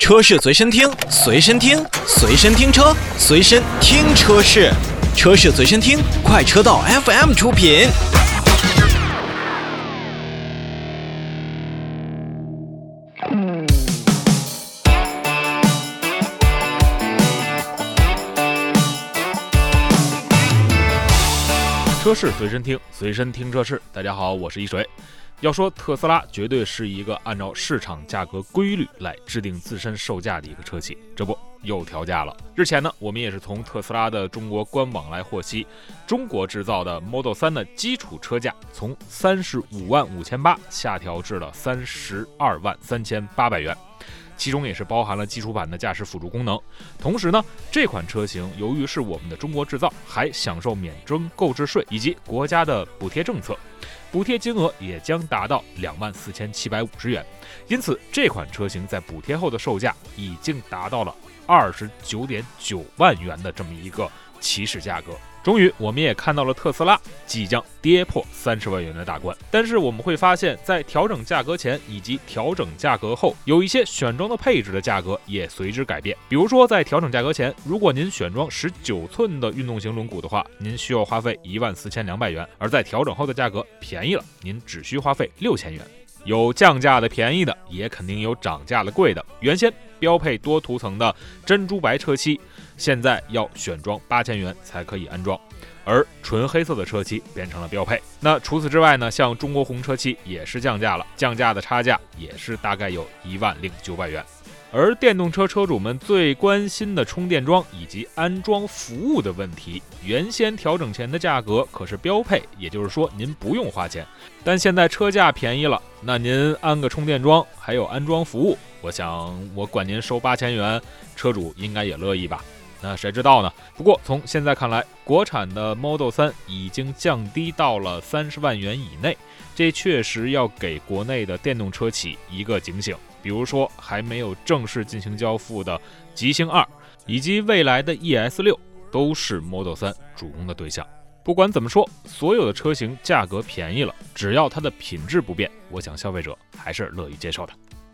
车市随身听，随身听，随身听车，随身听车市，车市随身听，快车道 FM 出品。 车市随身听，随身听车市。大家好，我是一水。要说特斯拉绝对是一个按照市场价格规律来制定自身售价的一个车企，这不又调价了。日前呢，我们也是从特斯拉的中国官网来获悉，中国制造的 Model 3的基础车价从35.58万下调至了32.38万元。其中也是包含了基础版的驾驶辅助功能。同时呢，这款车型由于是我们的中国制造，还享受免征购置税以及国家的补贴政策，补贴金额也将达到24750元。因此，这款车型在补贴后的售价已经达到了29.9万元的这么一个起始价格。终于我们也看到了特斯拉即将跌破30万元的大关，但是我们会发现在调整价格前以及调整价格后，有一些选装的配置的价格也随之改变。比如说在调整价格前，如果您选装19寸的运动型轮毂的话，您需要花费14200元，而在调整后的价格便宜了，您只需花费6000元。有降价的便宜的，也肯定有涨价的贵的。原先标配多涂层的珍珠白车漆，现在要选装8000元才可以安装，而纯黑色的车漆变成了标配。那除此之外呢，像中国红车漆也是降价了，降价的差价也是大概有10900元。而电动车车主们最关心的充电桩以及安装服务的问题，原先调整前的价格可是标配，也就是说您不用花钱。但现在车价便宜了，那您安个充电桩还有安装服务，我想我管您收8000元，车主应该也乐意吧。那谁知道呢？不过从现在看来，国产的 Model 3已经降低到了30万元以内，这确实要给国内的电动车企一个警醒。比如说还没有正式进行交付的极星2以及未来的 ES6 都是 Model 3主攻的对象。不管怎么说，所有的车型价格便宜了，只要它的品质不变，我想消费者还是乐意接受的。